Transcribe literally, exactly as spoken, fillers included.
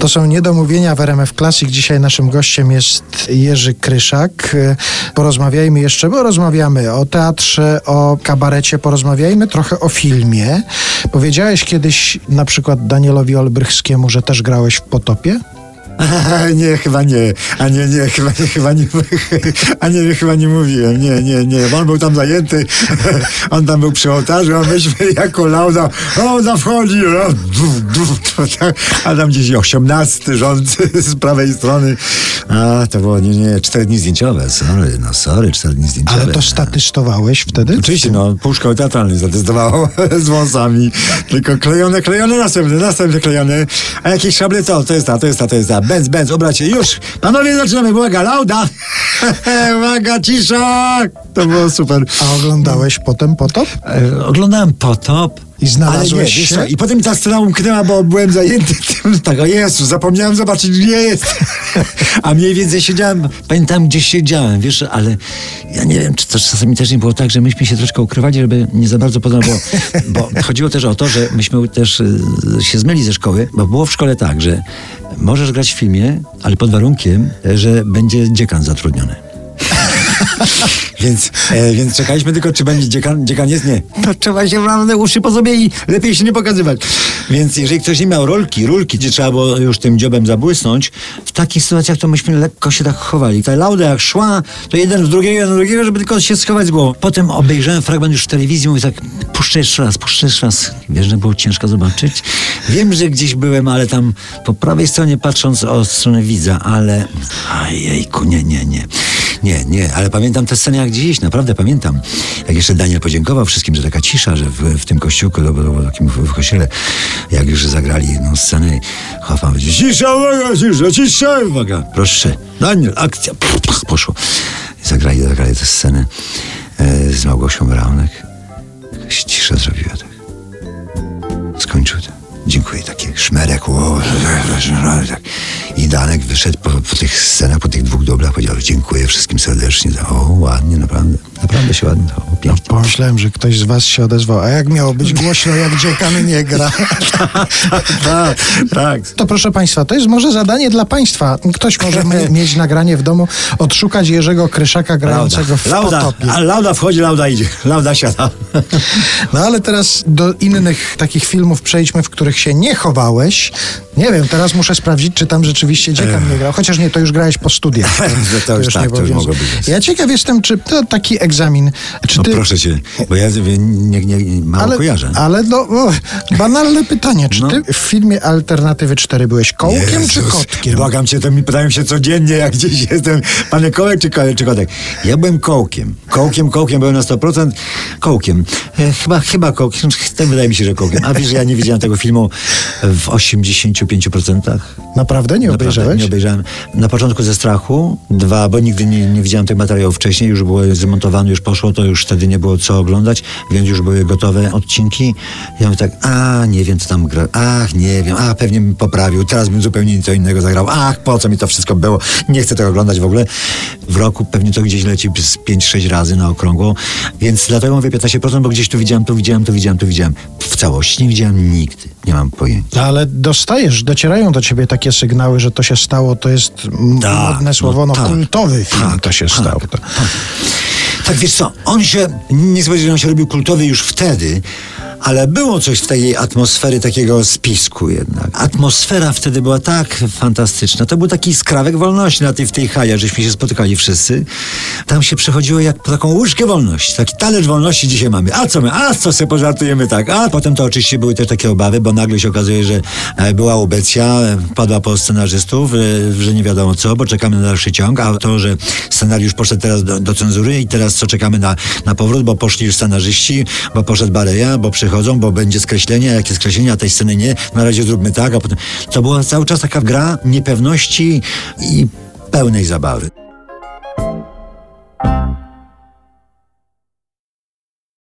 To są Niedomówienia w R M F Classic. Dzisiaj naszym gościem jest Jerzy Kryszak. Porozmawiajmy jeszcze, bo rozmawiamy o teatrze, o kabarecie, porozmawiajmy trochę o filmie. Powiedziałeś kiedyś na przykład Danielowi Olbrychskiemu, że też grałeś w Potopie? A, nie, chyba nie. A nie, nie, chyba nie, chyba nie, a nie, chyba nie mówiłem. Nie, nie, nie. On był tam zajęty. On tam był przy ołtarzu, a myśmy jako lauda, lauda wchodzi. A tam gdzieś osiemnasty rząd z prawej strony. A, to było, nie, nie, cztery dni zdjęciowe. Sorry, no sorry, cztery dni zdjęciowe. Ale to statystowałeś wtedy? Oczywiście, no, pół szkoły teatralnej zatestowało z wąsami. Tylko klejone, klejone, następne, następne klejone. A jakieś szable, co? To jest ta, to jest ta, to jest ta. Benz, benz, obracie, już! Panowie, zaczynamy, uwaga, lauda! Uwaga, cisza! To było super. A oglądałeś potem Potop? E, oglądałem Potop. I znalazłeś nie, się? Co, I potem ta scena umknęła, bo byłem zajęty tym. Tak, o Jezu, zapomniałem zobaczyć, gdzie jest. A mniej więcej siedziałem, pamiętam, gdzie siedziałem, wiesz, ale ja nie wiem, czy to czasami też nie było tak, że myśmy się troszkę ukrywali, żeby nie za bardzo poznać, bo, bo chodziło też o to, że myśmy też y, się zmyli ze szkoły, bo było w szkole tak, że możesz grać w filmie, ale pod warunkiem, że będzie dziekan zatrudniony. Więc, e, więc czekaliśmy tylko, czy będzie dziekan. Dziekan jest? Nie. To trzeba się naprawdę uszy po sobie i lepiej się nie pokazywać. Więc jeżeli ktoś nie miał rolki, rulki, gdzie trzeba było już tym dziobem zabłysnąć, w takich sytuacjach to myśmy lekko się tak chowali. Ta lauda jak szła, to jeden z drugiego, jeden z drugiego, żeby tylko się schować z głową. Potem obejrzałem fragment już w telewizji, mówię tak, puszczę jeszcze raz, puszczę jeszcze raz. Wiesz, że było ciężko zobaczyć. Wiem, że gdzieś byłem, ale tam po prawej stronie patrząc o stronę widza, ale ajejku, nie, nie, nie. Nie, nie, ale pamiętam tę scenę jak dziś, naprawdę pamiętam. Jak jeszcze Daniel podziękował wszystkim, że taka cisza, że w, w tym kościółku, to było takim w, w kościele, jak już zagrali jedną scenę, Hoffman powiedział, cisza, uwaga, cisza, cisza, uwaga, proszę, Daniel, akcja, pff, pff, poszło. I zagrali, zagrali tę scenę e, z Małgosią Braunek. Jakaś cisza zrobiła tak. Skończył to. Dziękuję, taki szmerek. O, tak. I Danek wyszedł po, po tych scenach, po tych dwóch dublach, powiedział, dziękuję wszystkim serdecznie. O, ładnie, naprawdę. Naprawdę się ładnie dało. No, pomyślałem, że ktoś z was się odezwał. A jak miało być głośno, jak dziekan nie gra? tak, tak. To proszę państwa, to jest może zadanie dla państwa. Ktoś może mieć nagranie w domu, odszukać Jerzego Kryszaka grającego lauda, w lauda, Potopie. A lauda wchodzi, lauda idzie. Lauda siada. No ale teraz do innych takich filmów przejdźmy, w których się nie chowałeś. Nie wiem, teraz muszę sprawdzić, czy tam rzeczywiście dziekan nie grał. Chociaż nie, to już grałeś po studiach. To, to, to już, już tak, to już mogło być. Ja ciekaw jestem, czy to taki egzamin. Czy no ty... proszę cię, bo ja nie, nie, nie mało ale, kojarzę. Ale no, o, banalne pytanie. Czy no. ty w filmie Alternatywy cztery byłeś kołkiem Jezus, czy kotkiem? Błagam cię, to mi pytają się codziennie, jak gdzieś jestem, panie kołek czy, czy kotek. Ja byłem kołkiem. Kołkiem, kołkiem byłem na sto procent. Kołkiem. E, chyba, chyba kołkiem. Tak wydaje mi się, że kołkiem. A wiesz, że ja nie widziałem tego filmu w osiemdziesięciu pięciu procentach. Naprawdę? Nie Naprawdę, obejrzałeś? Nie obejrzałem. Na początku ze strachu. Dwa, bo nigdy nie, nie widziałem tych materiałów wcześniej. Już było zmontowane, już poszło, to już wtedy nie było co oglądać, więc już były gotowe odcinki. Ja mówię tak, a nie wiem, co tam gra. Ach, nie wiem, a pewnie bym poprawił. Teraz bym zupełnie co innego zagrał. Ach, po co mi to wszystko było? Nie chcę tego oglądać w ogóle. W roku pewnie to gdzieś leci z pięć sześć razy na okrągło. Więc dlatego mówię piętnaście procent, bo gdzieś tu widziałem, tu widziałem, tu widziałem, tu widziałem. W całości nie widziałem nigdy. Nie mam pojęcia. Ale dostajesz, docierają do ciebie takie sygnały, że to się stało, to jest Ta, modne słowo, no, no, kultowy film tak, to się tak, stało. Tak, To. tak. Tak, wiesz co, on się, nie powiedzieć, że on się robił kultowy już wtedy, ale było coś w tej atmosfery takiego spisku jednak. Atmosfera wtedy była tak fantastyczna. To był taki skrawek wolności na tej, w tej hali, żeśmy się spotykali wszyscy. Tam się przechodziło jak po taką łyżkę wolności. Taki talerz wolności dzisiaj mamy. A co my? A co sobie pożartujemy tak? A potem to oczywiście były też takie obawy, bo nagle się okazuje, że była ubecja, padła po scenarzystów, że nie wiadomo co, bo czekamy na dalszy ciąg, a to, że scenariusz poszedł teraz do, do cenzury i teraz co czekamy na, na powrót, bo poszli już scenarzyści, bo poszedł Bareja, bo przychodzą, bo będzie skreślenie, a jakie skreślenie, a tej sceny nie, na razie zróbmy tak, a potem... To była cały czas taka gra niepewności i pełnej zabawy.